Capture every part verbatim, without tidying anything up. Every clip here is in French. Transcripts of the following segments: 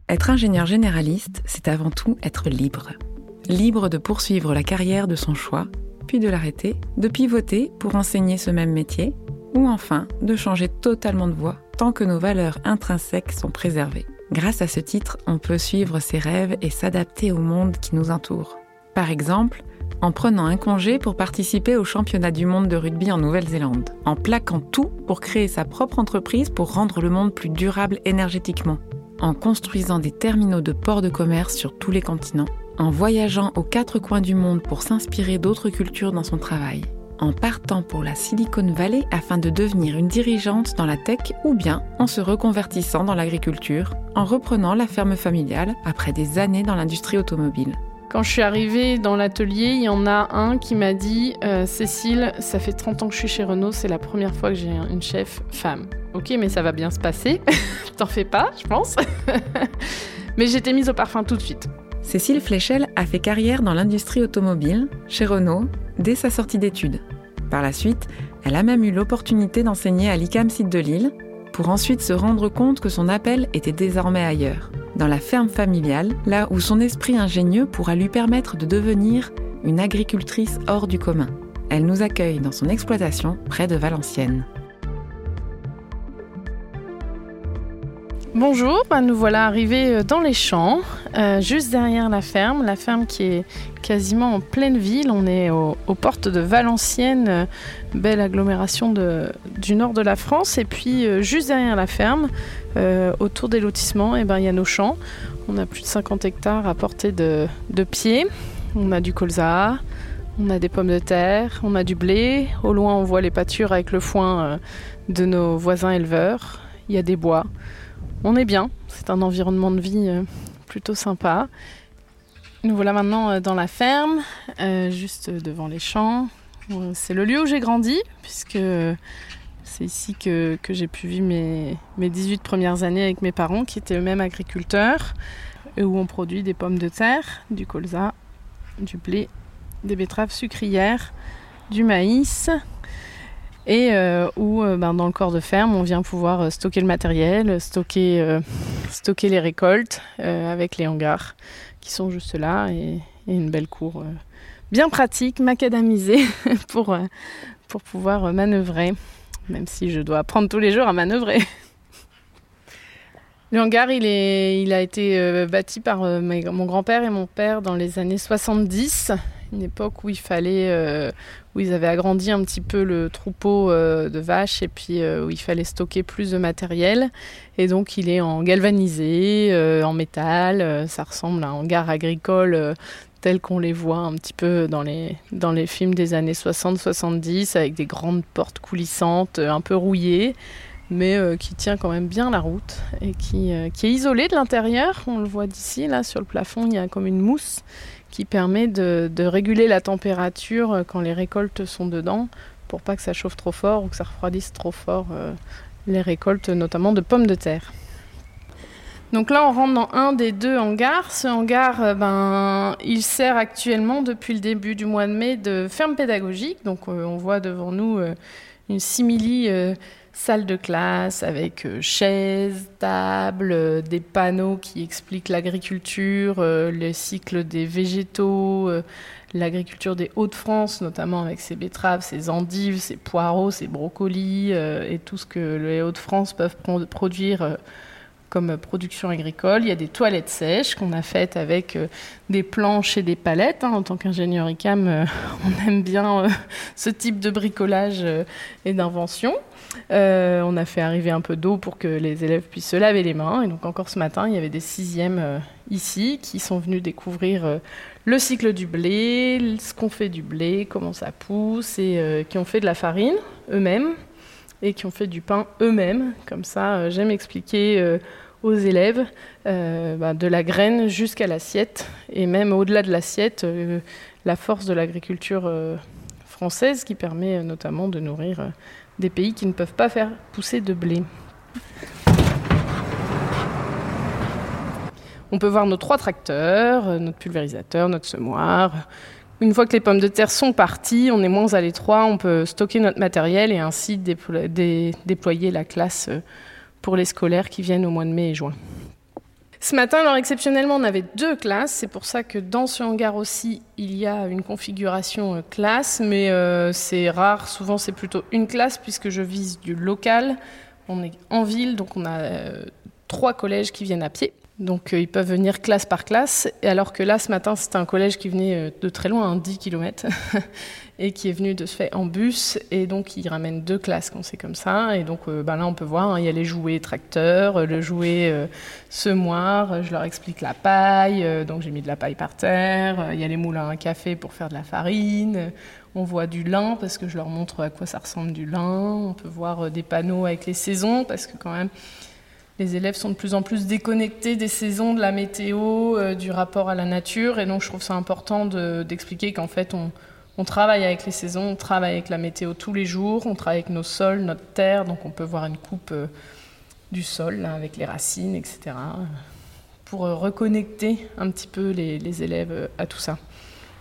Être ingénieur généraliste, c'est avant tout être libre. Libre de poursuivre la carrière de son choix, puis de l'arrêter, de pivoter pour enseigner ce même métier, ou enfin de changer totalement de voie tant que nos valeurs intrinsèques sont préservées. Grâce à ce titre, on peut suivre ses rêves et s'adapter au monde qui nous entoure. Par exemple, en prenant un congé pour participer au championnat du monde de rugby en Nouvelle-Zélande, en plaquant tout pour créer sa propre entreprise pour rendre le monde plus durable énergétiquement, en construisant des terminaux de ports de commerce sur tous les continents, en voyageant aux quatre coins du monde pour s'inspirer d'autres cultures dans son travail, en partant pour la Silicon Valley afin de devenir une dirigeante dans la tech ou bien en se reconvertissant dans l'agriculture, en reprenant la ferme familiale après des années dans l'industrie automobile. Quand je suis arrivée dans l'atelier, il y en a un qui m'a dit euh, « Cécile, ça fait trente ans que je suis chez Renault, c'est la première fois que j'ai une chef femme. » Ok, mais ça va bien se passer. T'en fais pas, je pense. Mais j'étais mise au parfum tout de suite. Cécile Fléchel a fait carrière dans l'industrie automobile, chez Renault, dès sa sortie d'études. Par la suite, elle a même eu l'opportunité d'enseigner à l'I C A M Site de Lille, pour ensuite se rendre compte que son appel était désormais ailleurs, dans la ferme familiale, là où son esprit ingénieux pourra lui permettre de devenir une agricultrice hors du commun. Elle nous accueille dans son exploitation près de Valenciennes. Bonjour, bah nous voilà arrivés dans les champs, euh, juste derrière la ferme, la ferme qui est quasiment en pleine ville. On est au, aux portes de Valenciennes, euh, belle agglomération de, du nord de la France. Et puis euh, juste derrière la ferme, euh, autour des lotissements, eh ben, y a nos champs. On a plus de cinquante hectares à portée de, de pied. On a du colza, on a des pommes de terre, on a du blé. Au loin, on voit les pâtures avec le foin euh, de nos voisins éleveurs. Il y a des bois. On est bien, c'est un environnement de vie euh, plutôt sympa. Nous voilà maintenant euh, dans la ferme, euh, juste devant les champs. Euh, c'est le lieu où j'ai grandi, puisque euh, c'est ici que, que j'ai pu vivre mes, mes dix-huit premières années avec mes parents, qui étaient eux-mêmes agriculteurs, et où on produit des pommes de terre, du colza, du blé, des betteraves sucrières, du maïs. Et euh, où, euh, ben, dans le corps de ferme, on vient pouvoir euh, stocker le matériel, stocker, euh, stocker les récoltes euh, avec les hangars qui sont juste là et, et une belle cour euh, bien pratique, macadamisée pour, euh, pour pouvoir euh, manœuvrer, même si je dois apprendre tous les jours à manœuvrer. Le hangar, il, est, il a été euh, bâti par euh, mes, mon grand-père et mon père dans les années soixante-dix, une époque où il fallait, euh, où ils avaient agrandi un petit peu le troupeau euh, de vaches et puis euh, où il fallait stocker plus de matériel. Et donc il est en galvanisé, euh, en métal. Euh, ça ressemble à un hangar agricole euh, tel qu'on les voit un petit peu dans les, dans les films des années soixante soixante-dix, avec des grandes portes coulissantes, euh, un peu rouillées, mais euh, qui tient quand même bien la route et qui, euh, qui est isolé de l'intérieur. On le voit d'ici, là, sur le plafond, il y a comme une mousse qui permet de, de réguler la température quand les récoltes sont dedans, pour pas que ça chauffe trop fort ou que ça refroidisse trop fort euh, les récoltes, notamment de pommes de terre. Donc là, on rentre dans un des deux hangars. Ce hangar, euh, ben, il sert actuellement depuis le début du mois de mai de ferme pédagogique. Donc euh, on voit devant nous euh, une simili euh, salle de classe avec euh, chaises, tables, euh, des panneaux qui expliquent l'agriculture, euh, le cycle des végétaux, euh, l'agriculture des Hauts-de-France, notamment avec ses betteraves, ses endives, ses poireaux, ses brocolis euh, et tout ce que les Hauts-de-France peuvent pro- produire euh, comme production agricole. Il y a des toilettes sèches qu'on a faites avec euh, des planches et des palettes. Hein. En tant qu'ingénieur I C A M, euh, on aime bien euh, ce type de bricolage euh, et d'invention. Euh, on a fait arriver un peu d'eau pour que les élèves puissent se laver les mains. Et donc encore ce matin, il y avait des sixièmes euh, ici qui sont venus découvrir euh, le cycle du blé, ce qu'on fait du blé, comment ça pousse, et euh, qui ont fait de la farine eux-mêmes et qui ont fait du pain eux-mêmes. Comme ça, euh, j'aime expliquer euh, aux élèves euh, bah, de la graine jusqu'à l'assiette, et même au-delà de l'assiette, euh, la force de l'agriculture euh, française qui permet euh, notamment de nourrir euh, des pays qui ne peuvent pas faire pousser de blé. On peut voir nos trois tracteurs, notre pulvérisateur, notre semoir. Une fois que les pommes de terre sont parties, on est moins à l'étroit, on peut stocker notre matériel et ainsi déplo- dé- déployer la classe pour les scolaires qui viennent au mois de mai et juin. Ce matin, alors exceptionnellement, on avait deux classes. C'est pour ça que dans ce hangar aussi, il y a une configuration euh, classe. Mais euh, c'est rare. Souvent, c'est plutôt une classe puisque je vise du local. On est en ville, donc on a euh, trois collèges qui viennent à pied. Donc euh, ils peuvent venir classe par classe. Et alors que là, ce matin, c'était un collège qui venait euh, de très loin, hein, dix kilomètres, et qui est venu de ce fait en bus. Et donc, il ramène deux classes quand c'est comme ça. Et donc euh, ben là, on peut voir, hein, il y a les jouets tracteurs, le jouet euh, semoir. Je leur explique la paille. Euh, donc, j'ai mis de la paille par terre. Euh, il y a les moulins à café pour faire de la farine. On voit du lin parce que je leur montre à quoi ça ressemble du lin. On peut voir euh, des panneaux avec les saisons parce que quand même, les élèves sont de plus en plus déconnectés des saisons, de la météo, euh, du rapport à la nature. Et donc, je trouve ça important de, d'expliquer qu'en fait, on, on travaille avec les saisons, on travaille avec la météo tous les jours, on travaille avec nos sols, notre terre. Donc, on peut voir une coupe euh, du sol là, avec les racines, et cetera, pour euh, reconnecter un petit peu les, les élèves euh, à tout ça.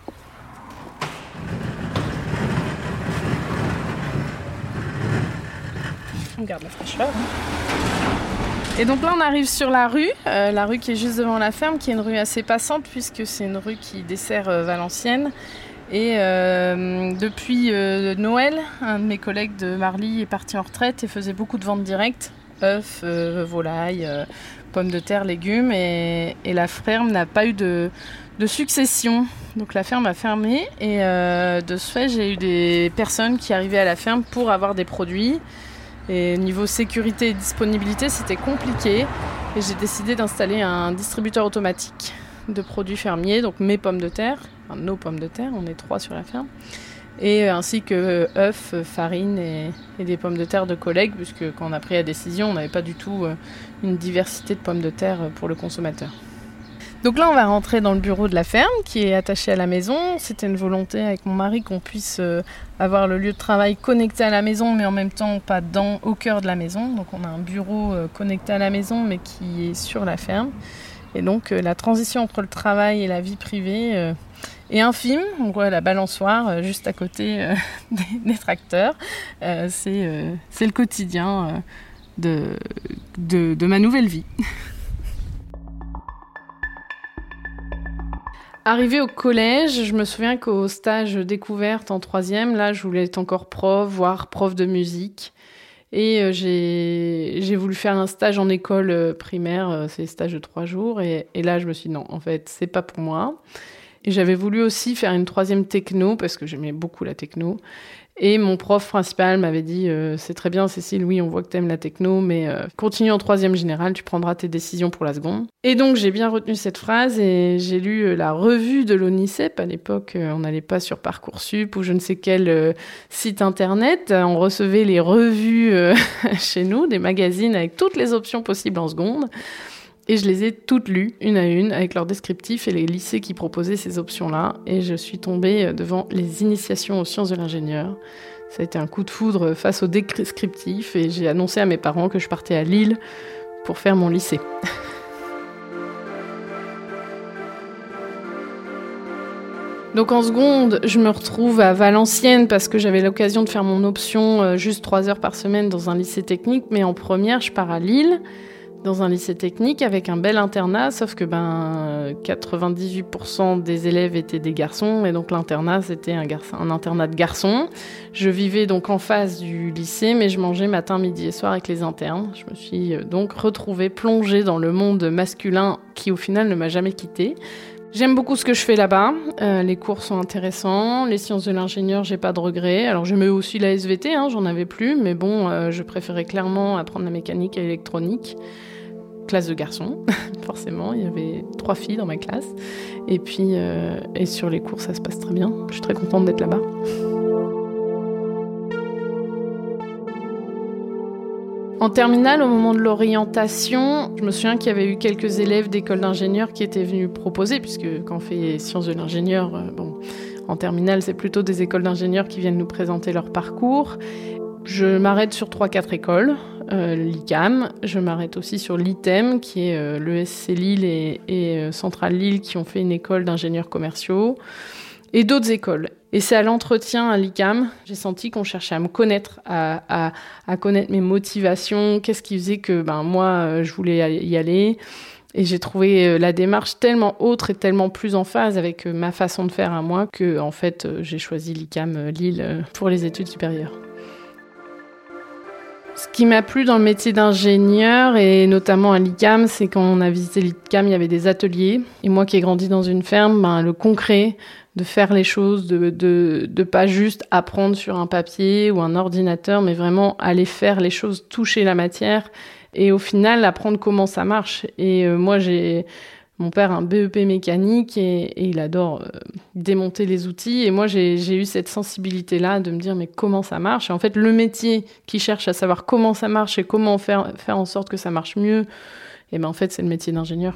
On garde la fraîcheur. Et donc là, on arrive sur la rue, euh, la rue qui est juste devant la ferme, qui est une rue assez passante puisque c'est une rue qui dessert euh, Valenciennes. Et euh, depuis euh, Noël, un de mes collègues de Marly est parti en retraite et faisait beaucoup de ventes directes, œufs, euh, volailles, euh, pommes de terre, légumes. Et, et la ferme n'a pas eu de, de succession. Donc la ferme a fermé et euh, de ce fait, j'ai eu des personnes qui arrivaient à la ferme pour avoir des produits. Et niveau sécurité et disponibilité, c'était compliqué. Et j'ai décidé d'installer un distributeur automatique de produits fermiers, donc mes pommes de terre, enfin nos pommes de terre, on est trois sur la ferme, et ainsi que œufs, farine et, et des pommes de terre de collègues, puisque quand on a pris la décision, on n'avait pas du tout une diversité de pommes de terre pour le consommateur. Donc là, on va rentrer dans le bureau de la ferme qui est attaché à la maison. C'était une volonté avec mon mari qu'on puisse euh, avoir le lieu de travail connecté à la maison, mais en même temps pas dans, au cœur de la maison. Donc on a un bureau euh, connecté à la maison, mais qui est sur la ferme. Et donc euh, la transition entre le travail et la vie privée euh, est infime. On voit la balançoire euh, juste à côté euh, des, des tracteurs. Euh, c'est, euh, c'est le quotidien euh, de, de, de ma nouvelle vie. Arrivée au collège, je me souviens qu'au stage découverte en troisième, là, je voulais être encore prof, voire prof de musique. Et euh, j'ai, j'ai voulu faire un stage en école euh, primaire, euh, c'est des stages de trois jours. Et, et là, je me suis dit non, en fait, c'est pas pour moi. Et j'avais voulu aussi faire une troisième techno, parce que j'aimais beaucoup la techno. Et mon prof principal m'avait dit euh, « C'est très bien, Cécile, oui, on voit que t'aimes la techno, mais euh, continue en troisième générale, tu prendras tes décisions pour la seconde. » Et donc, j'ai bien retenu cette phrase et j'ai lu euh, la revue de l'ONICEP. À l'époque, euh, on n'allait pas sur Parcoursup ou je ne sais quel euh, site internet. On recevait les revues euh, chez nous, des magazines avec toutes les options possibles en seconde. Et je les ai toutes lues, une à une, avec leurs descriptifs et les lycées qui proposaient ces options-là. Et je suis tombée devant les initiations aux sciences de l'ingénieur. Ça a été un coup de foudre face aux descriptifs et j'ai annoncé à mes parents que je partais à Lille pour faire mon lycée. Donc en seconde, je me retrouve à Valenciennes parce que j'avais l'occasion de faire mon option juste trois heures par semaine dans un lycée technique. Mais en première, je pars à Lille, dans un lycée technique avec un bel internat, sauf que ben, quatre-vingt-dix-huit pour cent des élèves étaient des garçons, et donc l'internat, c'était un, garçon, un internat de garçons. Je vivais donc en face du lycée, mais je mangeais matin, midi et soir avec les internes. Je me suis donc retrouvée plongée dans le monde masculin qui, au final, ne m'a jamais quittée. J'aime beaucoup ce que je fais là-bas. Euh, les cours sont intéressants. Les sciences de l'ingénieur, j'ai pas de regrets. Alors j'aimais aussi la S V T, hein, j'en avais plus, mais bon, euh, je préférais clairement apprendre la mécanique et l'électronique. Classe de garçons, forcément. Il y avait trois filles dans ma classe. Et puis, euh, et sur les cours, ça se passe très bien. Je suis très contente d'être là-bas. En terminale, au moment de l'orientation, je me souviens qu'il y avait eu quelques élèves d'école d'ingénieur qui étaient venus proposer, puisque quand on fait sciences de l'ingénieur, euh, bon, en terminale, c'est plutôt des écoles d'ingénieurs qui viennent nous présenter leur parcours. Je m'arrête sur trois quatre écoles, euh, l'I C A M, je m'arrête aussi sur l'I T E M, qui est euh, l'E S C Lille et, et euh, Centrale Lille, qui ont fait une école d'ingénieurs commerciaux, et d'autres écoles. Et c'est à l'entretien à l'I C A M, j'ai senti qu'on cherchait à me connaître, à, à, à connaître mes motivations, qu'est-ce qui faisait que ben, moi, je voulais y aller. Et j'ai trouvé la démarche tellement autre et tellement plus en phase avec ma façon de faire à moi que, en fait, j'ai choisi l'I C A M Lille pour les études supérieures. Ce qui m'a plu dans le métier d'ingénieur, et notamment à l'I C A M, c'est quand on a visité l'I C A M, il y avait des ateliers. Et moi qui ai grandi dans une ferme, ben, le concret, de faire les choses, de, de, de pas juste apprendre sur un papier ou un ordinateur, mais vraiment aller faire les choses, toucher la matière, et au final, apprendre comment ça marche. Et euh, moi, j'ai... Mon père a un B E P mécanique et, et il adore euh, démonter les outils. Et moi, j'ai, j'ai eu cette sensibilité-là de me dire, mais comment ça marche ? Et en fait, le métier qui cherche à savoir comment ça marche et comment faire, faire en sorte que ça marche mieux, et ben en fait, c'est le métier d'ingénieur.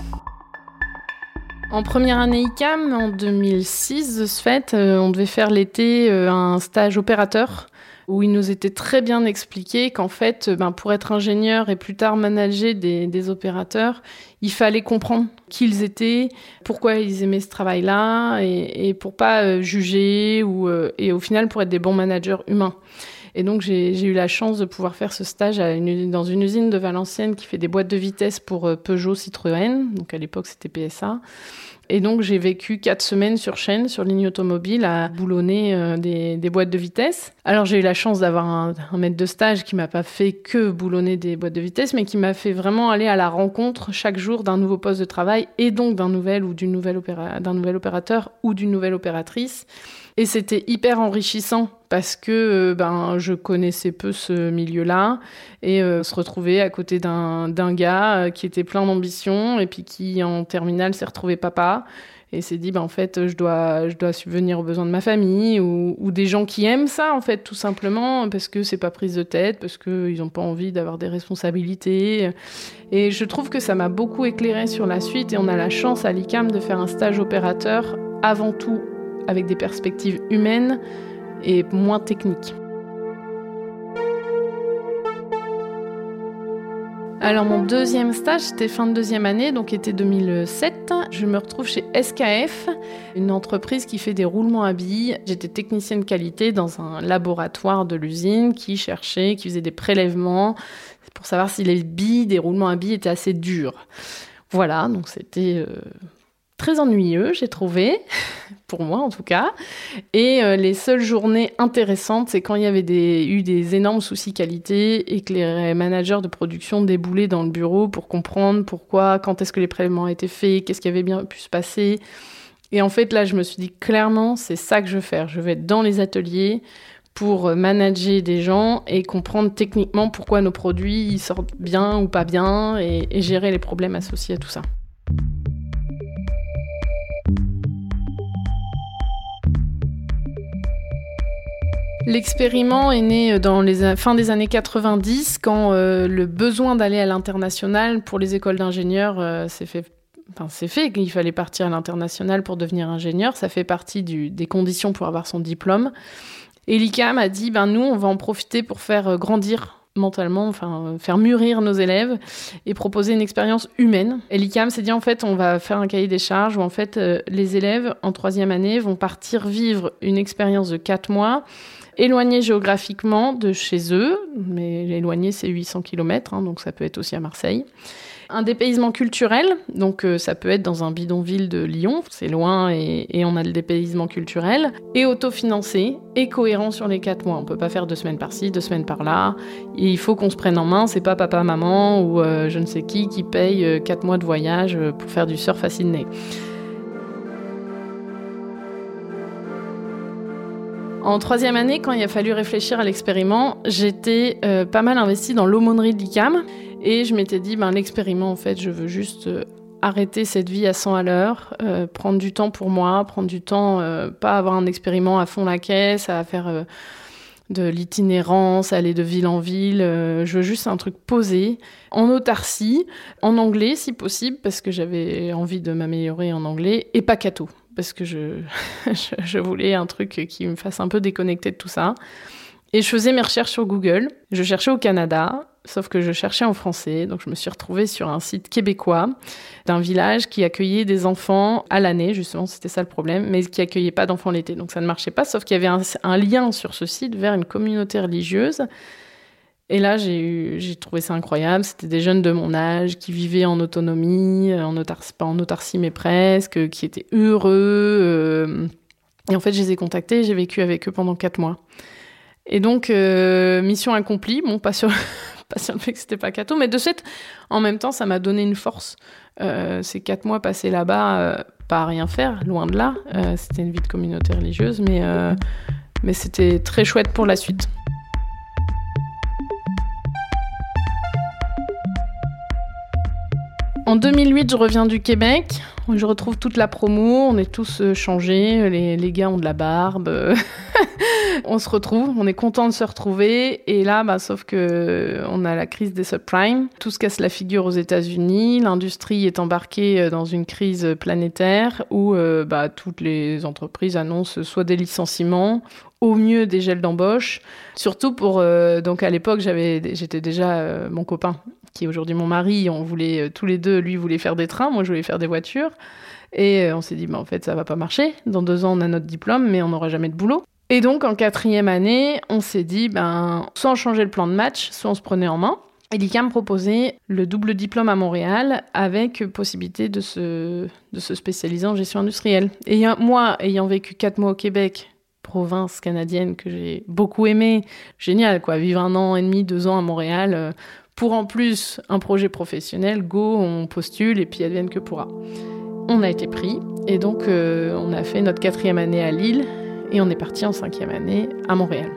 En première année I C A M, en deux mille six, de ce fait, euh, on devait faire l'été euh, un stage opérateur où il nous était très bien expliqué qu'en fait, ben, pour être ingénieur et plus tard manager des, des opérateurs, il fallait comprendre qui ils étaient, pourquoi ils aimaient ce travail-là, et, et pour pas euh, juger, ou, euh, et au final pour être des bons managers humains. Et donc j'ai, j'ai eu la chance de pouvoir faire ce stage à une, dans une usine de Valenciennes qui fait des boîtes de vitesse pour euh, Peugeot, Citroën, donc à l'époque c'était P S A. Et donc, j'ai vécu quatre semaines sur chaîne, sur ligne automobile, à boulonner euh, des, des boîtes de vitesse. Alors, j'ai eu la chance d'avoir un, un maître de stage qui m'a pas fait que boulonner des boîtes de vitesse, mais qui m'a fait vraiment aller à la rencontre chaque jour d'un nouveau poste de travail, et donc d'un nouvel ou d'une nouvelle opéra- d'un nouvel opérateur ou d'une nouvelle opératrice. Et c'était hyper enrichissant parce que euh, ben, je connaissais peu ce milieu-là, et euh, se retrouver à côté d'un, d'un gars euh, qui était plein d'ambition et puis qui, en terminale, s'est retrouvé papa et s'est dit ben, en fait, je dois, je dois subvenir aux besoins de ma famille, ou, ou des gens qui aiment ça, en fait, tout simplement, parce que c'est pas prise de tête, parce qu'ils n'ont pas envie d'avoir des responsabilités. Et je trouve que ça m'a beaucoup éclairé sur la suite, et on a la chance à l'I C A M de faire un stage opérateur avant tout avec des perspectives humaines et moins techniques. Alors mon deuxième stage, c'était fin de deuxième année, donc été deux mille sept. Je me retrouve chez S K F, une entreprise qui fait des roulements à billes. J'étais technicienne qualité dans un laboratoire de l'usine qui cherchait, qui faisait des prélèvements pour savoir si les billes des roulements à billes étaient assez dures. Voilà, donc c'était... Euh très ennuyeux, j'ai trouvé, pour moi en tout cas. Et euh, les seules journées intéressantes, c'est quand il y avait des, eu des énormes soucis qualité et que les managers de production déboulaient dans le bureau pour comprendre pourquoi, quand est-ce que les prélèvements étaient faits, qu'est-ce qui avait bien pu se passer. Et en fait, là, je me suis dit clairement, c'est ça que je veux faire. Je vais être dans les ateliers pour manager des gens et comprendre techniquement pourquoi nos produits ils sortent bien ou pas bien, et, et gérer les problèmes associés à tout ça. L'expériment est né dans les fin des années quatre-vingt-dix, quand euh, le besoin d'aller à l'international pour les écoles d'ingénieurs euh, s'est fait. Enfin, c'est fait qu'il fallait partir à l'international pour devenir ingénieur. Ça fait partie du, des conditions pour avoir son diplôme. Et l'I C A M a dit, ben nous, on va en profiter pour faire grandir mentalement, enfin faire mûrir nos élèves et proposer une expérience humaine. Et l'I C A M s'est dit, en fait, on va faire un cahier des charges où en fait euh, les élèves en troisième année vont partir vivre une expérience de quatre mois, éloignés géographiquement de chez eux, mais éloignés c'est huit cents kilomètres, hein, donc ça peut être aussi à Marseille. Un dépaysement culturel, donc euh, ça peut être dans un bidonville de Lyon, c'est loin et, et on a le dépaysement culturel, et autofinancé et cohérent sur les quatre mois. On peut pas faire deux semaines par-ci, deux semaines par-là, et il faut qu'on se prenne en main, c'est pas papa, maman ou euh, je ne sais qui qui paye euh, quatre mois de voyage pour faire du surf à Sydney. En troisième année, quand il a fallu réfléchir à l'expériment, j'étais euh, pas mal investie dans l'aumônerie de l'I C A M. Et je m'étais dit, ben, l'expériment, en fait, je veux juste euh, arrêter cette vie à cent à l'heure, euh, prendre du temps pour moi, prendre du temps, euh, pas avoir un expériment à fond la caisse, à faire euh, de l'itinérance, aller de ville en ville. Euh, je veux juste un truc posé, en autarcie, en anglais si possible, parce que j'avais envie de m'améliorer en anglais, et pas catho, parce que je, je, je voulais un truc qui me fasse un peu déconnecter de tout ça. Et je faisais mes recherches sur Google. Je cherchais au Canada, sauf que je cherchais en français. Donc je me suis retrouvée sur un site québécois d'un village qui accueillait des enfants à l'année, justement, c'était ça le problème, mais qui accueillait pas d'enfants l'été. Donc ça ne marchait pas, sauf qu'il y avait un, un lien sur ce site vers une communauté religieuse. Et là, j'ai, eu, j'ai trouvé ça incroyable. C'était des jeunes de mon âge qui vivaient en autonomie, en autarcie, pas en autarcie, mais presque, qui étaient heureux. Euh, et en fait, je les ai contactés et j'ai vécu avec eux pendant quatre mois. Et donc, euh, mission accomplie. Bon, pas sur, pas sur le fait que c'était pas Cato, mais de fait, en même temps, ça m'a donné une force. Euh, ces quatre mois passés là-bas, euh, pas à rien faire, loin de là. Euh, c'était une vie de communauté religieuse, mais, euh, mais c'était très chouette pour la suite. En deux mille huit, je reviens du Québec. Je retrouve toute la promo. On est tous changés. Les, les gars ont de la barbe. On se retrouve. On est content de se retrouver. Et là, bah, sauf que on a la crise des subprimes. Tout se casse la figure aux États-Unis. L'industrie est embarquée dans une crise planétaire où euh, bah, toutes les entreprises annoncent soit des licenciements, au mieux des gels d'embauche. Surtout pour... Euh, donc à l'époque, j'avais, j'étais déjà euh, mon copain, qui est aujourd'hui mon mari. On voulait euh, tous les deux, lui voulait faire des trains, moi je voulais faire des voitures. Et euh, on s'est dit, bah, en fait, ça va pas marcher. Dans deux ans, on a notre diplôme, mais on n'aura jamais de boulot. Et donc, en quatrième année, on s'est dit, ben, soit on changeait le plan de match, soit on se prenait en main. Et l'I C A M proposait le double diplôme à Montréal avec possibilité de se, de se spécialiser en gestion industrielle. Et moi, ayant vécu quatre mois au Québec, province canadienne que j'ai beaucoup aimée, génial, quoi, vivre un an et demi, deux ans à Montréal, euh, pour en plus un projet professionnel, go, on postule et puis advienne que pourra. On a été pris et donc euh, on a fait notre quatrième année à Lille et on est parti en cinquième année à Montréal.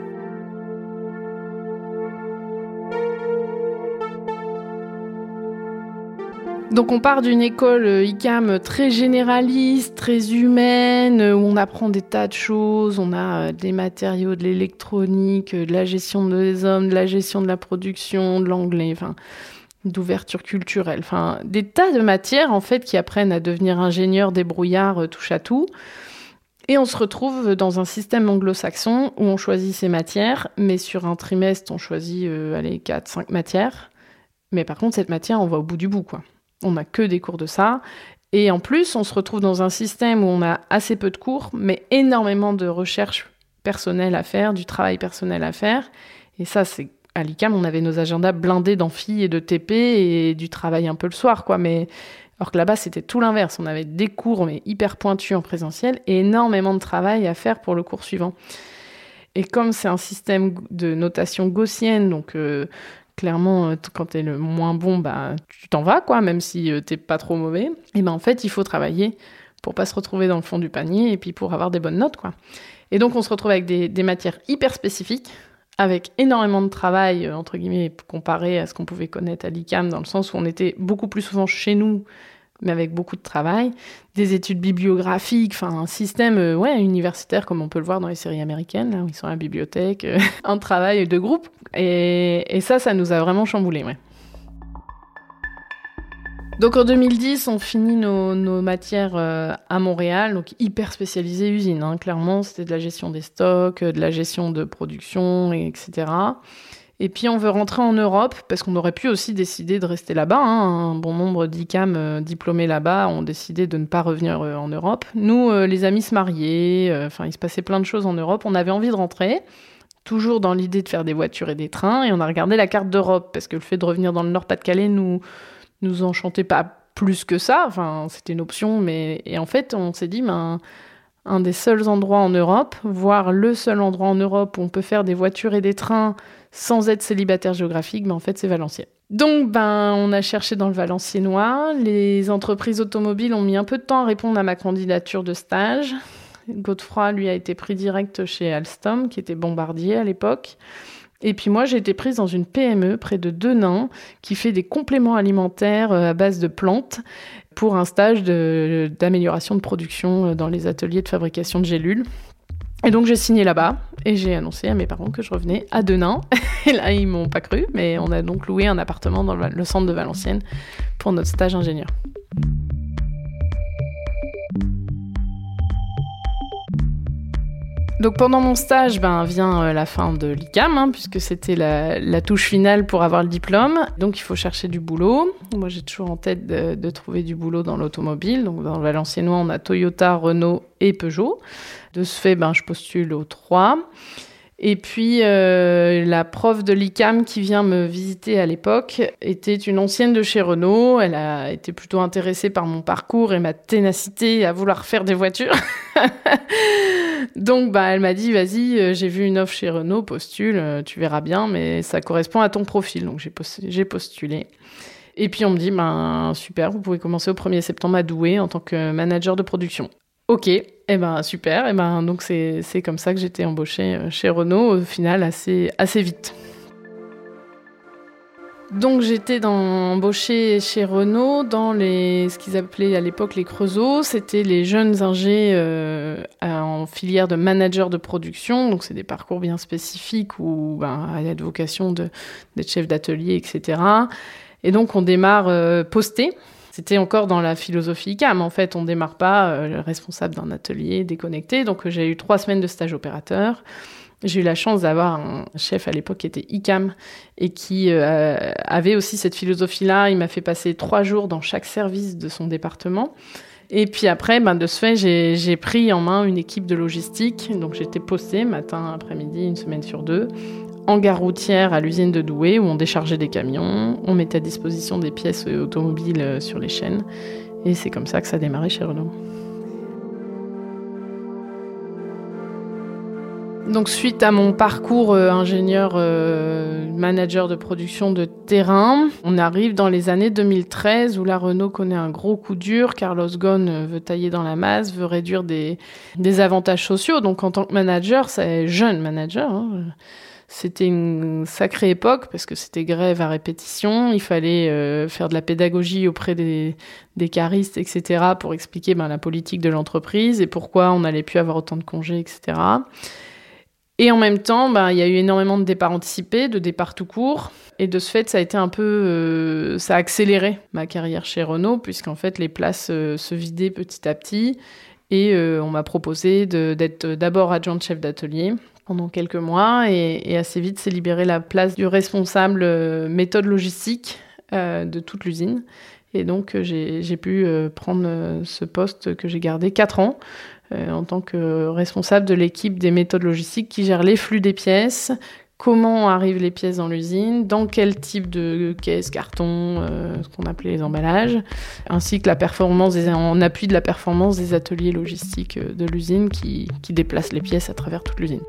Donc on part d'une école I C A M très généraliste, très humaine, où on apprend des tas de choses. On a des matériaux, de l'électronique, de la gestion des hommes, de la gestion de la production, de l'anglais, enfin, d'ouverture culturelle. Enfin, des tas de matières en fait qui apprennent à devenir ingénieur, débrouillard, touche à tout. Et on se retrouve dans un système anglo-saxon où on choisit ses matières, mais sur un trimestre, on choisit euh, allez, quatre cinq matières. Mais par contre, cette matière, on va au bout du bout, quoi. On n'a que des cours de ça. Et en plus, on se retrouve dans un système où on a assez peu de cours, mais énormément de recherche personnelle à faire, du travail personnel à faire. Et ça, c'est à l'I C A M, on avait nos agendas blindés d'amphi et de T P et du travail un peu le soir, quoi. Mais alors que là-bas, c'était tout l'inverse. On avait des cours, mais hyper pointus en présentiel et énormément de travail à faire pour le cours suivant. Et comme c'est un système de notation gaussienne, donc... Euh, Clairement, quand t'es le moins bon, bah, tu t'en vas, quoi, même si t'es pas trop mauvais. Et ben en fait, il faut travailler pour pas se retrouver dans le fond du panier et puis pour avoir des bonnes notes, quoi. Et donc, on se retrouve avec des, des matières hyper spécifiques, avec énormément de travail, entre guillemets, comparé à ce qu'on pouvait connaître à l'I C A M, dans le sens où on était beaucoup plus souvent chez nous, mais avec beaucoup de travail, des études bibliographiques, enfin un système euh, ouais, universitaire comme on peut le voir dans les séries américaines, là où ils sont à la bibliothèque, euh, un travail de groupe. Et, et ça, ça nous a vraiment chamboulés, ouais. Donc en deux mille dix, on finit nos, nos matières euh, à Montréal, donc hyper spécialisées usine, hein, clairement, c'était de la gestion des stocks, de la gestion de production, et cetera. Et puis on veut rentrer en Europe, parce qu'on aurait pu aussi décider de rester là-bas. Hein. Un bon nombre d'I C A M euh, diplômés là-bas ont décidé de ne pas revenir euh, en Europe. Nous, euh, les amis se mariaient, enfin euh, il se passait plein de choses en Europe. On avait envie de rentrer, toujours dans l'idée de faire des voitures et des trains, et on a regardé la carte d'Europe, parce que le fait de revenir dans le Nord-Pas-de-Calais nous, nous enchantait pas plus que ça. Enfin, c'était une option, mais... Et en fait, on s'est dit... Ben, un des seuls endroits en Europe, voire le seul endroit en Europe où on peut faire des voitures et des trains sans être célibataire géographique, ben en fait, c'est Valenciennes. Donc, ben, on a cherché dans le Valenciennois. Les entreprises automobiles ont mis un peu de temps à répondre à ma candidature de stage. Godefroy, lui, a été pris direct chez Alstom, qui était bombardier à l'époque. Et puis moi, j'ai été prise dans une P M E près de Denain qui fait des compléments alimentaires à base de plantes pour un stage de, d'amélioration de production dans les ateliers de fabrication de gélules. Et donc, j'ai signé là-bas et j'ai annoncé à mes parents que je revenais à Denain. Et là, ils m'ont pas cru, mais on a donc loué un appartement dans le centre de Valenciennes pour notre stage ingénieur. Donc pendant mon stage, ben, vient euh, la fin de l'I C A M, hein, puisque c'était la, la touche finale pour avoir le diplôme. Donc il faut chercher du boulot. Moi j'ai toujours en tête de, de trouver du boulot dans l'automobile. Donc dans le Valenciennois, on a Toyota, Renault et Peugeot. De ce fait, ben, je postule aux trois. Et puis, euh, la prof de l'I C A M qui vient me visiter à l'époque était une ancienne de chez Renault. Elle a été plutôt intéressée par mon parcours et ma ténacité à vouloir faire des voitures. Donc, bah, elle m'a dit, vas-y, j'ai vu une offre chez Renault, postule, tu verras bien, mais ça correspond à ton profil. Donc, j'ai postulé. J'ai postulé. Et puis, on me dit, ben, super, vous pouvez commencer au premier septembre à Douai en tant que manager de production. Ok, eh ben super, eh ben donc c'est, c'est comme ça que j'étais embauchée chez Renault, au final assez, assez vite. Donc j'étais dans, embauchée chez Renault dans les, ce qu'ils appelaient à l'époque les creusets, c'était les jeunes ingés euh, en filière de manager de production, donc c'est des parcours bien spécifiques où ben, il y a de vocation de, d'être chef d'atelier, et cetera. Et donc on démarre euh, posté. C'était encore dans la philosophie I C A M. En fait, on ne démarre pas euh, le responsable d'un atelier déconnecté. Donc, euh, j'ai eu trois semaines de stage opérateur. J'ai eu la chance d'avoir un chef à l'époque qui était I C A M et qui euh, avait aussi cette philosophie-là. Il m'a fait passer trois jours dans chaque service de son département. Et puis après, ben, de ce fait, j'ai, j'ai pris en main une équipe de logistique. Donc, j'étais postée matin, après-midi, une semaine sur deux, en gare routière à l'usine de Douai où on déchargeait des camions, on mettait à disposition des pièces automobiles sur les chaînes et c'est comme ça que ça a démarré chez Renault. Donc suite à mon parcours euh, ingénieur euh, manager de production de terrain, on arrive dans les années deux mille treize où la Renault connaît un gros coup dur. Carlos Ghosn veut tailler dans la masse, veut réduire des, des avantages sociaux. Donc en tant que manager, c'est jeune manager, hein, c'était une sacrée époque parce que c'était grève à répétition. Il fallait euh, faire de la pédagogie auprès des, des caristes, et cetera pour expliquer ben, la politique de l'entreprise et pourquoi on n'allait plus avoir autant de congés, et cetera. Et en même temps, ben, il y a eu énormément de départs anticipés, de départs tout court. Et de ce fait, ça a été un peu... Euh, ça a accéléré ma carrière chez Renault puisqu'en fait, les places euh, se vidaient petit à petit. Et euh, on m'a proposé de, d'être d'abord adjointe chef d'atelier pendant quelques mois et, et assez vite s'est libérée la place du responsable euh, méthode logistique euh, de toute l'usine. Et donc euh, j'ai, j'ai pu euh, prendre euh, ce poste que j'ai gardé quatre ans euh, en tant que responsable de l'équipe des méthodes logistiques qui gère les flux des pièces, comment arrivent les pièces dans l'usine, dans quel type de caisse, carton, euh, ce qu'on appelait les emballages, ainsi que la performance des, en appui de la performance des ateliers logistiques de l'usine qui, qui déplacent les pièces à travers toute l'usine.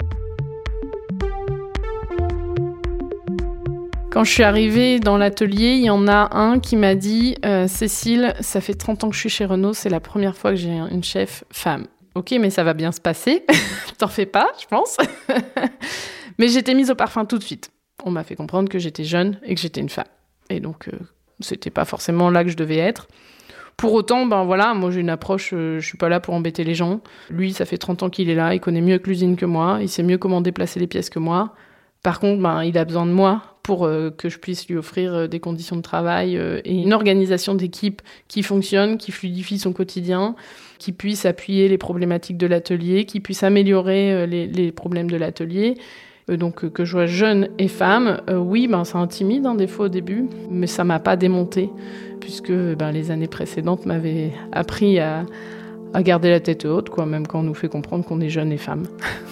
Quand je suis arrivée dans l'atelier, il y en a un qui m'a dit euh, « Cécile, ça fait trente ans que je suis chez Renault, c'est la première fois que j'ai une chef femme. » Ok, mais ça va bien se passer. T'en fais pas, je pense. Mais j'étais mise au parfum tout de suite. On m'a fait comprendre que j'étais jeune et que j'étais une femme. Et donc, euh, c'était pas forcément là que je devais être. Pour autant, ben voilà, moi j'ai une approche, euh, je suis pas là pour embêter les gens. Lui, ça fait trente ans qu'il est là, il connaît mieux que l'usine que moi, il sait mieux comment déplacer les pièces que moi. Par contre, ben, il a besoin de moi pour euh, que je puisse lui offrir euh, des conditions de travail euh, et une organisation d'équipe qui fonctionne, qui fluidifie son quotidien, qui puisse appuyer les problématiques de l'atelier, qui puisse améliorer euh, les, les problèmes de l'atelier. Euh, donc euh, que je sois jeune et femme, euh, oui, ben, ça intimide hein, des fois au début, mais ça m'a pas démonté, puisque ben, les années précédentes m'avaient appris à, à garder la tête haute, quoi, même quand on nous fait comprendre qu'on est jeune et femme.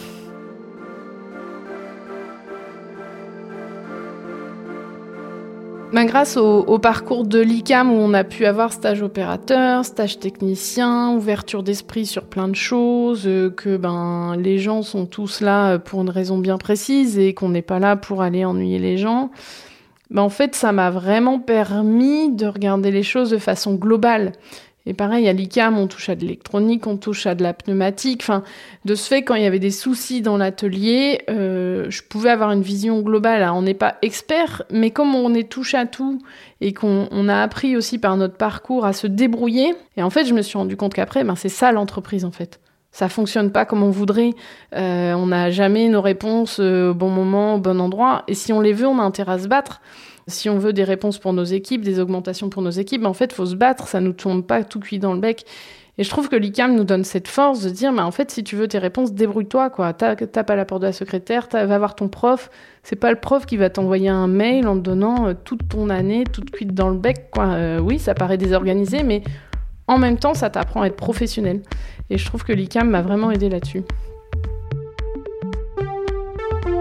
Ben, grâce au, au parcours de l'I C A M où on a pu avoir stage opérateur, stage technicien, ouverture d'esprit sur plein de choses, euh, que ben, les gens sont tous là pour une raison bien précise et qu'on n'est pas là pour aller ennuyer les gens, ben, en fait ça m'a vraiment permis de regarder les choses de façon globale. Et pareil, à l'I C A M, on touche à de l'électronique, on touche à de la pneumatique. Enfin, de ce fait, quand il y avait des soucis dans l'atelier, euh, je pouvais avoir une vision globale. Alors, on n'est pas expert, mais comme on est touche à tout et qu'on on a appris aussi par notre parcours à se débrouiller, et en fait, je me suis rendu compte qu'après, ben, c'est ça l'entreprise, en fait. Ça fonctionne pas comme on voudrait. Euh, on n'a jamais nos réponses euh, au bon moment, au bon endroit. Et si on les veut, on a intérêt à se battre. Si on veut des réponses pour nos équipes, des augmentations pour nos équipes, ben en fait, il faut se battre, ça ne nous tourne pas tout cuit dans le bec. Et je trouve que l'I C A M nous donne cette force de dire, ben en fait, si tu veux tes réponses, débrouille-toi, quoi. Tape à la porte de la secrétaire, va voir ton prof. C'est pas le prof qui va t'envoyer un mail en te donnant euh, toute ton année, toute cuite dans le bec, quoi. Euh, oui, ça paraît désorganisé, mais en même temps, ça t'apprend à être professionnel. Et je trouve que l'I C A M m'a vraiment aidé là-dessus.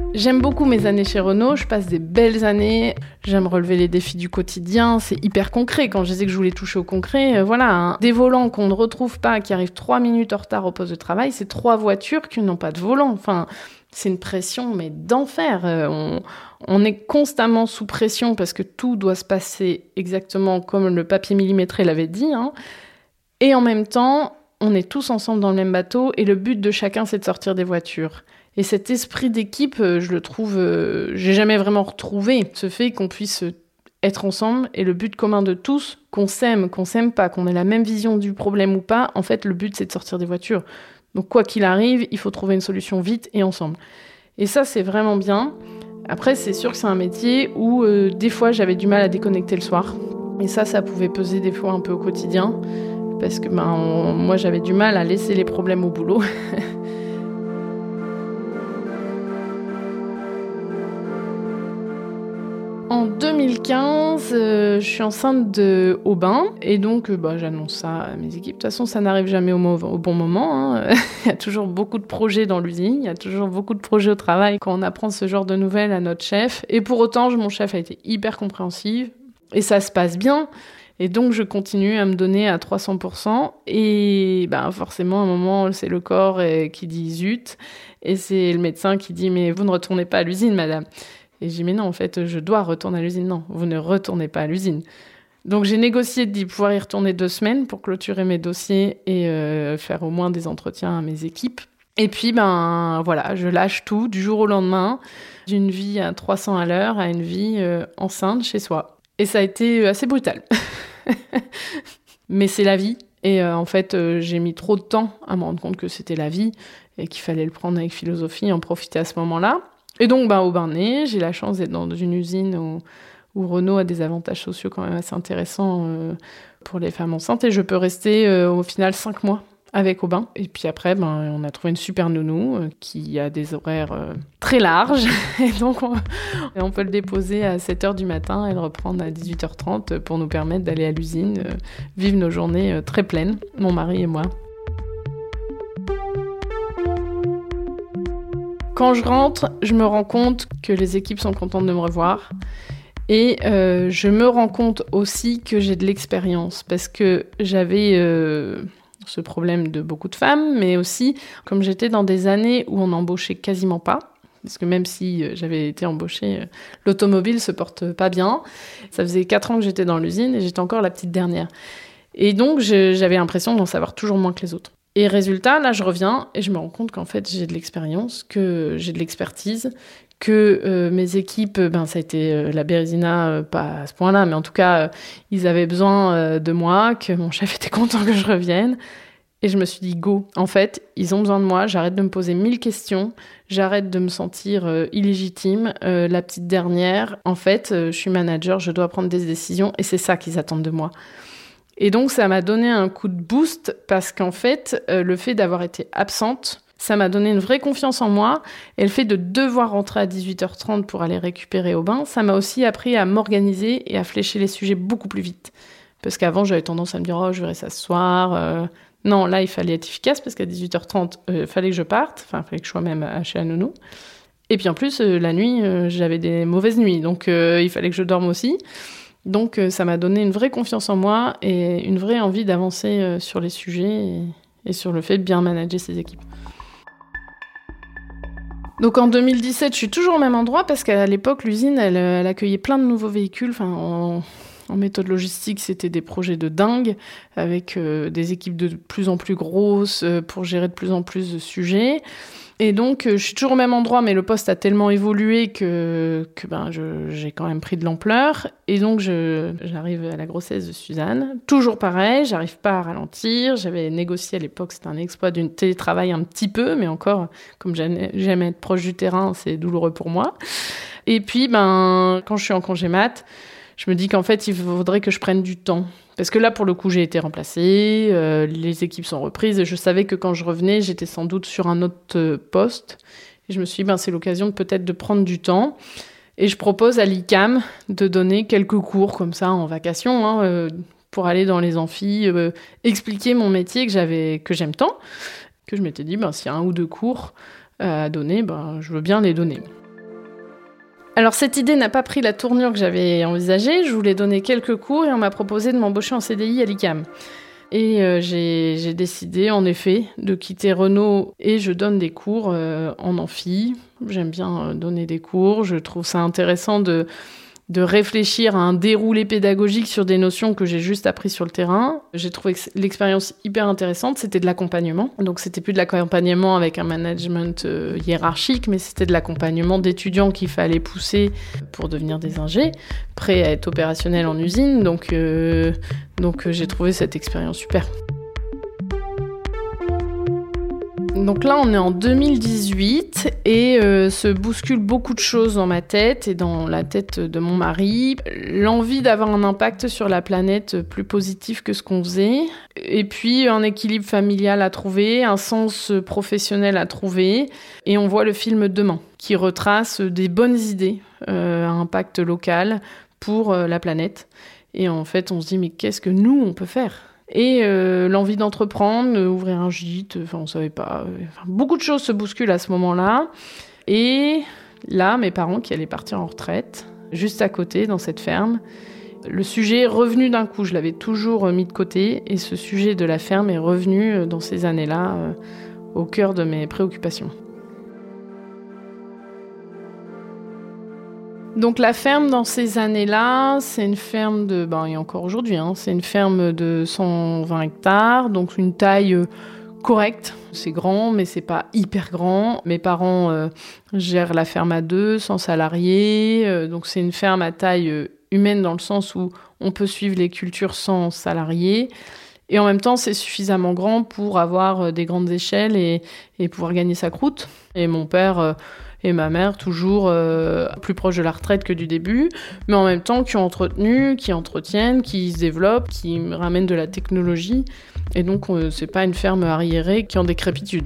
J'aime beaucoup mes années chez Renault, je passe des belles années, j'aime relever les défis du quotidien, c'est hyper concret. Quand je disais que je voulais toucher au concret, euh, voilà, hein. Des volants qu'on ne retrouve pas, qui arrivent trois minutes en retard au poste de travail, c'est trois voitures qui n'ont pas de volant. Enfin, c'est une pression, mais d'enfer. Euh, on, on est constamment sous pression parce que tout doit se passer exactement comme le papier millimétré l'avait dit, hein. Et en même temps, on est tous ensemble dans le même bateau et le but de chacun, c'est de sortir des voitures. Et cet esprit d'équipe, je le trouve, euh, j'ai jamais vraiment retrouvé. Ce fait qu'on puisse être ensemble et le but commun de tous, qu'on s'aime, qu'on s'aime pas, qu'on ait la même vision du problème ou pas, en fait, le but, c'est de sortir des voitures. Donc, quoi qu'il arrive, il faut trouver une solution vite et ensemble. Et ça, c'est vraiment bien. Après, c'est sûr que c'est un métier où, euh, des fois, j'avais du mal à déconnecter le soir. Et ça, ça pouvait peser des fois un peu au quotidien. Parce que ben, on, moi, j'avais du mal à laisser les problèmes au boulot. En deux mille quinze, euh, je suis enceinte de Aubin et donc euh, bah, j'annonce ça à mes équipes. De toute façon, ça n'arrive jamais au, mo- au bon moment, hein. Il y a toujours beaucoup de projets dans l'usine, il y a toujours beaucoup de projets au travail quand on apprend ce genre de nouvelles à notre chef. Et pour autant, mon chef a été hyper compréhensif et ça se passe bien. Et donc, je continue à me donner à trois cents pour cent. Et ben, forcément, à un moment, c'est le corps qui dit zut. Et c'est le médecin qui dit « Mais vous ne retournez pas à l'usine, madame ». Et j'ai dit « Mais non, en fait, je dois retourner à l'usine. » Non, vous ne retournez pas à l'usine. Donc, j'ai négocié d'y pouvoir y retourner deux semaines pour clôturer mes dossiers et euh, faire au moins des entretiens à mes équipes. Et puis, ben voilà, je lâche tout du jour au lendemain, d'une vie à trois cents à l'heure à une vie euh, enceinte chez soi. Et ça a été assez brutal. Mais c'est la vie. Et euh, en fait, euh, j'ai mis trop de temps à me rendre compte que c'était la vie et qu'il fallait le prendre avec philosophie, en profiter à ce moment-là. Et donc, bah, au Barnet, j'ai la chance d'être dans une usine où, où Renault a des avantages sociaux quand même assez intéressants euh, pour les femmes enceintes. Et je peux rester euh, au final cinq mois avec Aubin. Et puis après, ben, on a trouvé une super nounou euh, qui a des horaires euh, très larges. Et donc, on, on peut le déposer à sept heures du matin et le reprendre à dix-huit heures trente pour nous permettre d'aller à l'usine, euh, vivre nos journées euh, très pleines, mon mari et moi. Quand je rentre, je me rends compte que les équipes sont contentes de me revoir. Et euh, je me rends compte aussi que j'ai de l'expérience. Parce que j'avais euh, ce problème de beaucoup de femmes, mais aussi, comme j'étais dans des années où on n'embauchait quasiment pas, parce que même si j'avais été embauchée, l'automobile se porte pas bien. Ça faisait quatre ans que j'étais dans l'usine et j'étais encore la petite dernière. Et donc, je, j'avais l'impression d'en savoir toujours moins que les autres. Et résultat, là, je reviens et je me rends compte qu'en fait, j'ai de l'expérience, que j'ai de l'expertise, que euh, mes équipes, ben, ça a été euh, la Bérésina, euh, pas à ce point-là, mais en tout cas, euh, ils avaient besoin euh, de moi, que mon chef était content que je revienne. Et je me suis dit, go, en fait, ils ont besoin de moi, j'arrête de me poser mille questions, j'arrête de me sentir euh, illégitime, euh, la petite dernière. En fait, euh, je suis manager, je dois prendre des décisions et c'est ça qu'ils attendent de moi. Et donc, ça m'a donné un coup de boost parce qu'en fait, euh, le fait d'avoir été absente, ça m'a donné une vraie confiance en moi. Et le fait de devoir rentrer à dix-huit heures trente pour aller récupérer Aubin, ça m'a aussi appris à m'organiser et à flécher les sujets beaucoup plus vite. Parce qu'avant, j'avais tendance à me dire « Oh, je verrai ça ce soir euh... ». Non, là, il fallait être efficace parce qu'à dix-huit heures trente, il euh, fallait que je parte. Enfin, il fallait que je sois même à, chez la nounou. Et puis en plus, euh, la nuit, euh, j'avais des mauvaises nuits. Donc, euh, il fallait que je dorme aussi. Donc, euh, ça m'a donné une vraie confiance en moi et une vraie envie d'avancer euh, sur les sujets et, et sur le fait de bien manager ses équipes. Donc, en deux mille dix-sept, je suis toujours au même endroit parce qu'à l'époque, l'usine, elle, elle accueillait plein de nouveaux véhicules. Enfin, on... En méthode logistique, c'était des projets de dingue, avec euh, des équipes de plus en plus grosses euh, pour gérer de plus en plus de sujets. Et donc, euh, je suis toujours au même endroit, mais le poste a tellement évolué que, que ben, je, j'ai quand même pris de l'ampleur. Et donc, je, j'arrive à la grossesse de Suzanne. Toujours pareil, j'arrive pas à ralentir. J'avais négocié à l'époque, c'était un exploit du télétravail un petit peu, mais encore, comme j'aime être proche du terrain, c'est douloureux pour moi. Et puis, ben, quand je suis en congé mat, je me dis qu'en fait, il faudrait que je prenne du temps. Parce que là, pour le coup, j'ai été remplacée, euh, les équipes sont reprises, et je savais que quand je revenais, j'étais sans doute sur un autre poste. Et je me suis dit, ben, c'est l'occasion de, peut-être de prendre du temps. Et je propose à l'I C A M de donner quelques cours, comme ça, en vacation, hein, euh, pour aller dans les amphis, euh, expliquer mon métier que, j'avais, que j'aime tant, que je m'étais dit, ben, s'il y a un ou deux cours à donner, ben, je veux bien les donner. Alors cette idée n'a pas pris la tournure que j'avais envisagée. Je voulais donner quelques cours et on m'a proposé de m'embaucher en C D I à l'I C A M. Et euh, j'ai, j'ai décidé en effet de quitter Renault et je donne des cours euh, en amphi. J'aime bien euh, donner des cours. Je trouve ça intéressant de, de réfléchir à un déroulé pédagogique sur des notions que j'ai juste appris sur le terrain. J'ai trouvé l'expérience hyper intéressante. C'était de l'accompagnement. Donc c'était plus de l'accompagnement avec un management euh, hiérarchique, mais c'était de l'accompagnement d'étudiants qu'il fallait pousser pour devenir des ingés, prêts à être opérationnels en usine. Donc, euh, donc euh, j'ai trouvé cette expérience super. Donc là, on est en deux mille dix-huit et euh, se bousculent beaucoup de choses dans ma tête et dans la tête de mon mari. L'envie d'avoir un impact sur la planète plus positif que ce qu'on faisait. Et puis, un équilibre familial à trouver, un sens professionnel à trouver. Et on voit le film Demain, qui retrace des bonnes idées euh, à impact local pour euh, la planète. Et en fait, on se dit, mais qu'est-ce que nous, on peut faire ? Et euh, l'envie d'entreprendre, euh, ouvrir un gîte, enfin on savait pas. Euh, enfin, beaucoup de choses se bousculent à ce moment-là. Et là, mes parents qui allaient partir en retraite, juste à côté, dans cette ferme, le sujet est revenu d'un coup. Je l'avais toujours mis de côté et ce sujet de la ferme est revenu dans ces années-là euh, au cœur de mes préoccupations. Donc la ferme dans ces années-là, c'est une ferme de, ben, et encore aujourd'hui, hein, c'est une ferme de cent vingt hectares, donc une taille euh, correcte. C'est grand, mais c'est pas hyper grand. Mes parents euh, gèrent la ferme à deux, sans salariés, euh, donc c'est une ferme à taille euh, humaine dans le sens où on peut suivre les cultures sans salariés. Et en même temps, c'est suffisamment grand pour avoir euh, des grandes échelles et, et pouvoir gagner sa croûte. Et mon père... Euh, et ma mère, toujours euh, plus proche de la retraite que du début, mais en même temps qui ont entretenu, qui entretiennent, qui se développent, qui ramènent de la technologie. Et donc, euh, c'est pas une ferme arriérée qui est en décrépitude.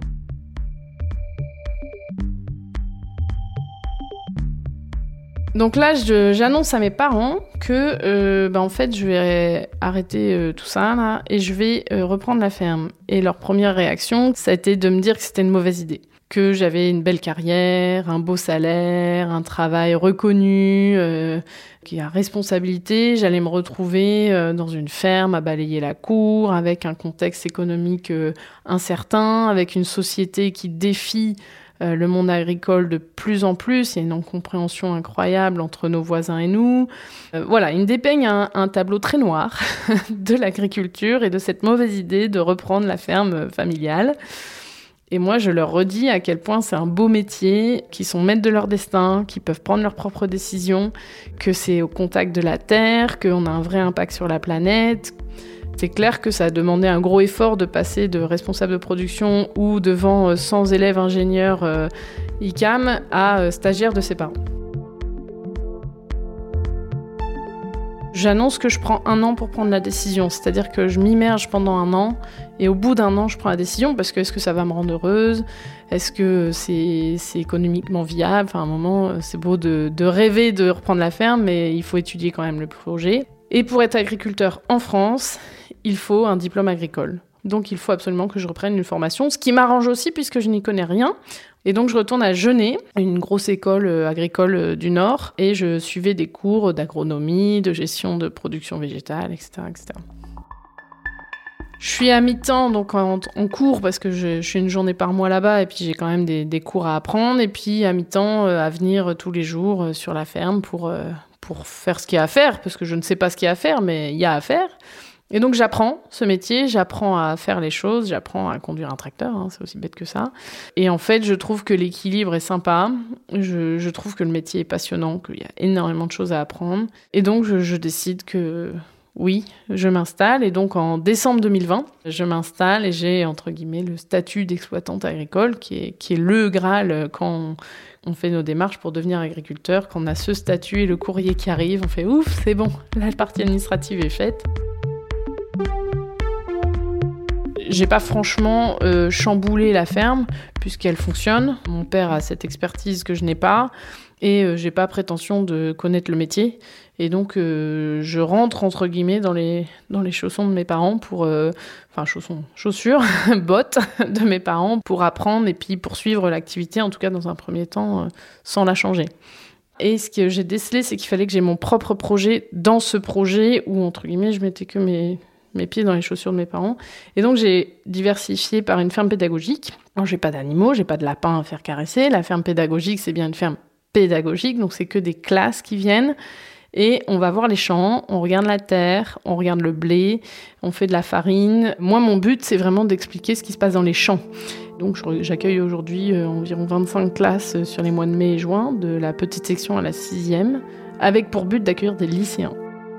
Donc là, je, j'annonce à mes parents que, euh, bah, en fait, je vais arrêter euh, tout ça, là, et je vais euh, reprendre la ferme. Et leur première réaction, ça a été de me dire que c'était une mauvaise idée. Que j'avais une belle carrière, un beau salaire, un travail reconnu, euh, qui a responsabilité. J'allais me retrouver euh, dans une ferme à balayer la cour, avec un contexte économique euh, incertain, avec une société qui défie euh, le monde agricole de plus en plus. Il y a une incompréhension incroyable entre nos voisins et nous. Euh, voilà, il me dépeigne un, un tableau très noir de l'agriculture et de cette mauvaise idée de reprendre la ferme familiale. Et moi, je leur redis à quel point c'est un beau métier, qu'ils sont maîtres de leur destin, qu'ils peuvent prendre leurs propres décisions, que c'est au contact de la terre, qu'on a un vrai impact sur la planète. C'est clair que ça a demandé un gros effort de passer de responsable de production ou devant cent élèves ingénieurs euh, I C A M à euh, stagiaire de ses parents. J'annonce que je prends un an pour prendre la décision, c'est-à-dire que je m'immerge pendant un an et au bout d'un an, je prends la décision parce que est-ce que ça va me rendre heureuse ? Est-ce que c'est, c'est économiquement viable ? Enfin, à un moment, c'est beau de, de rêver de reprendre la ferme, mais il faut étudier quand même le projet. Et pour être agriculteur en France, il faut un diplôme agricole. Donc, il faut absolument que je reprenne une formation, ce qui m'arrange aussi puisque je n'y connais rien. Et donc, je retourne à Genêt, une grosse école agricole du Nord, et je suivais des cours d'agronomie, de gestion de production végétale, et cetera, et cetera. Je suis à mi-temps, donc en, en cours, parce que je, je suis une journée par mois là-bas, et puis j'ai quand même des, des cours à apprendre, et puis à mi-temps, euh, à venir tous les jours euh, sur la ferme pour, euh, pour faire ce qu'il y a à faire, parce que je ne sais pas ce qu'il y a à faire, mais il y a à faire. Et donc j'apprends ce métier, j'apprends à faire les choses, j'apprends à conduire un tracteur, hein, c'est aussi bête que ça. Et en fait, je trouve que l'équilibre est sympa, je, je trouve que le métier est passionnant, qu'il y a énormément de choses à apprendre. Et donc je, je décide que oui, je m'installe. Et donc en décembre deux mille vingt, je m'installe et j'ai entre guillemets le statut d'exploitante agricole qui est, qui est le Graal quand on, on fait nos démarches pour devenir agriculteur. Quand on a ce statut et le courrier qui arrive, on fait ouf, c'est bon, la partie administrative est faite. J'ai pas franchement euh, chamboulé la ferme puisqu'elle fonctionne. Mon père a cette expertise que je n'ai pas et euh, j'ai pas prétention de connaître le métier. Et donc euh, je rentre entre guillemets dans les dans les chaussons de mes parents pour euh, enfin chaussons, chaussures, bottes de mes parents pour apprendre et puis poursuivre l'activité en tout cas dans un premier temps euh, sans la changer. Et ce que j'ai décelé, c'est qu'il fallait que j'ai mon propre projet dans ce projet où, entre guillemets, je mettais que mes, mes pieds dans les chaussures de mes parents. Et donc, j'ai diversifié par une ferme pédagogique. Alors, j'ai pas d'animaux, j'ai pas de lapins à faire caresser. La ferme pédagogique, c'est bien une ferme pédagogique, donc c'est que des classes qui viennent. Et on va voir les champs, on regarde la terre, on regarde le blé, on fait de la farine. Moi, mon but, c'est vraiment d'expliquer ce qui se passe dans les champs. Donc, j'accueille aujourd'hui environ vingt-cinq classes sur les mois de mai et juin, de la petite section à la sixième, avec pour but d'accueillir des lycéens.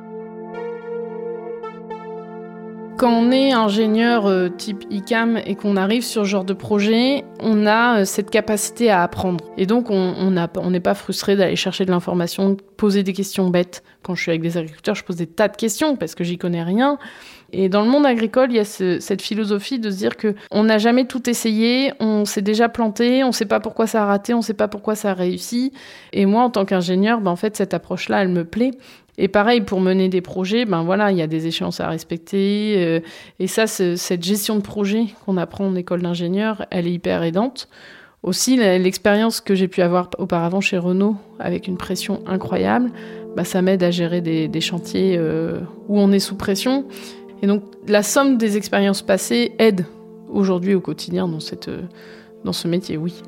Quand on est ingénieur euh, type I C A M et qu'on arrive sur ce genre de projet, on a euh, cette capacité à apprendre. Et donc, on on a, on n'est pas frustré d'aller chercher de l'information, de poser des questions bêtes. Quand je suis avec des agriculteurs, je pose des tas de questions parce que j'y connais rien. Et dans le monde agricole, il y a ce, cette philosophie de se dire qu'on n'a jamais tout essayé, on s'est déjà planté, on ne sait pas pourquoi ça a raté, on ne sait pas pourquoi ça a réussi. Et moi, en tant qu'ingénieur, ben, en fait, cette approche-là, elle me plaît. Et pareil, pour mener des projets, ben voilà, il y a des échéances à respecter. Euh, et ça, cette gestion de projet qu'on apprend en école d'ingénieur, elle est hyper aidante. Aussi, l'expérience que j'ai pu avoir auparavant chez Renault, avec une pression incroyable, ben ça m'aide à gérer des, des chantiers euh, où on est sous pression. Et donc, la somme des expériences passées aide aujourd'hui au quotidien dans, cette, dans ce métier, oui.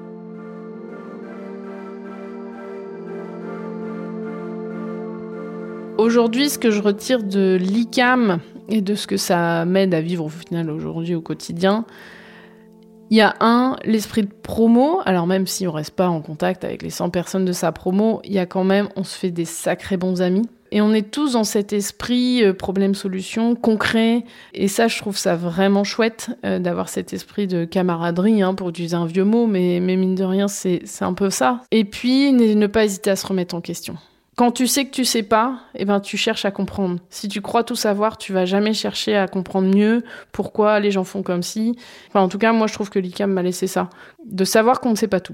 Aujourd'hui, ce que je retire de l'I C A M et de ce que ça m'aide à vivre au final aujourd'hui au quotidien, il y a un, l'esprit de promo. Alors même si on reste pas en contact avec les cent personnes de sa promo, il y a quand même, on se fait des sacrés bons amis. Et on est tous dans cet esprit euh, problème-solution, concret. Et ça, je trouve ça vraiment chouette euh, d'avoir cet esprit de camaraderie, hein, pour utiliser un vieux mot, mais, mais mine de rien, c'est, c'est un peu ça. Et puis, ne, ne pas hésiter à se remettre en question. Quand tu sais que tu sais pas, eh ben, tu cherches à comprendre. Si tu crois tout savoir, tu vas jamais chercher à comprendre mieux pourquoi les gens font comme si. Enfin, en tout cas, moi, je trouve que l'I C A M m'a laissé ça. De savoir qu'on ne sait pas tout.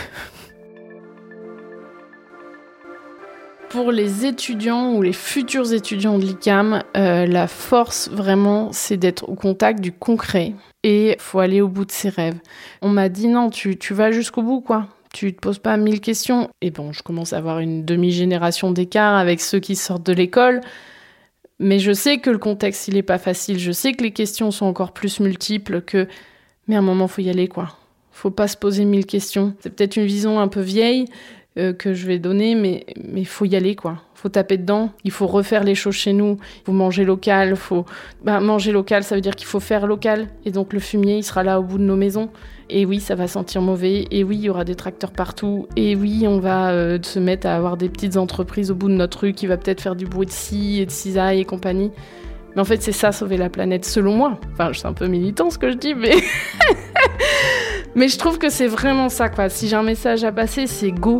Pour les étudiants ou les futurs étudiants de l'I C A M, euh, la force vraiment, c'est d'être au contact du concret. Et il faut aller au bout de ses rêves. On m'a dit non, tu, tu vas jusqu'au bout, quoi. Tu te poses pas mille questions. Et bon, je commence à avoir une demi-génération d'écart avec ceux qui sortent de l'école. Mais je sais que le contexte, il est pas facile. Je sais que les questions sont encore plus multiples que... Mais à un moment, faut y aller, quoi. Faut pas se poser mille questions. C'est peut-être une vision un peu vieille euh, que je vais donner, mais mais faut y aller, quoi. Faut taper dedans. Il faut refaire les choses chez nous. Il faut manger local. Faut... Bah, manger local, ça veut dire qu'il faut faire local. Et donc, le fumier, il sera là au bout de nos maisons. Et oui, ça va sentir mauvais. Et oui, il y aura des tracteurs partout. Et oui, on va euh, se mettre à avoir des petites entreprises au bout de notre rue qui va peut-être faire du bruit de scie et de cisaille et compagnie. Mais en fait, c'est ça, sauver la planète, selon moi. Enfin, c'est un peu militant ce que je dis, mais... mais je trouve que c'est vraiment ça, quoi. Si j'ai un message à passer, c'est go.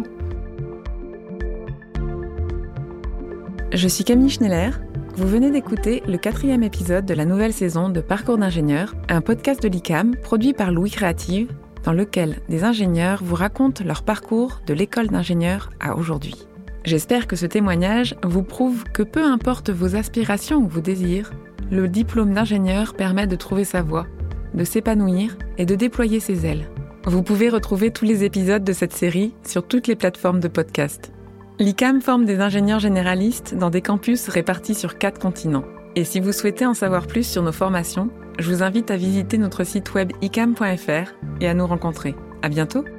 Je suis Camille Schneller. Vous venez d'écouter le quatrième épisode de la nouvelle saison de Parcours d'ingénieur, un podcast de l'I C A M produit par Louis Créative, dans lequel des ingénieurs vous racontent leur parcours de l'école d'ingénieur à aujourd'hui. J'espère que ce témoignage vous prouve que peu importe vos aspirations ou vos désirs, le diplôme d'ingénieur permet de trouver sa voie, de s'épanouir et de déployer ses ailes. Vous pouvez retrouver tous les épisodes de cette série sur toutes les plateformes de podcast. L'I C A M forme des ingénieurs généralistes dans des campus répartis sur quatre continents. Et si vous souhaitez en savoir plus sur nos formations, je vous invite à visiter notre site web i c a m point f r et à nous rencontrer. À bientôt!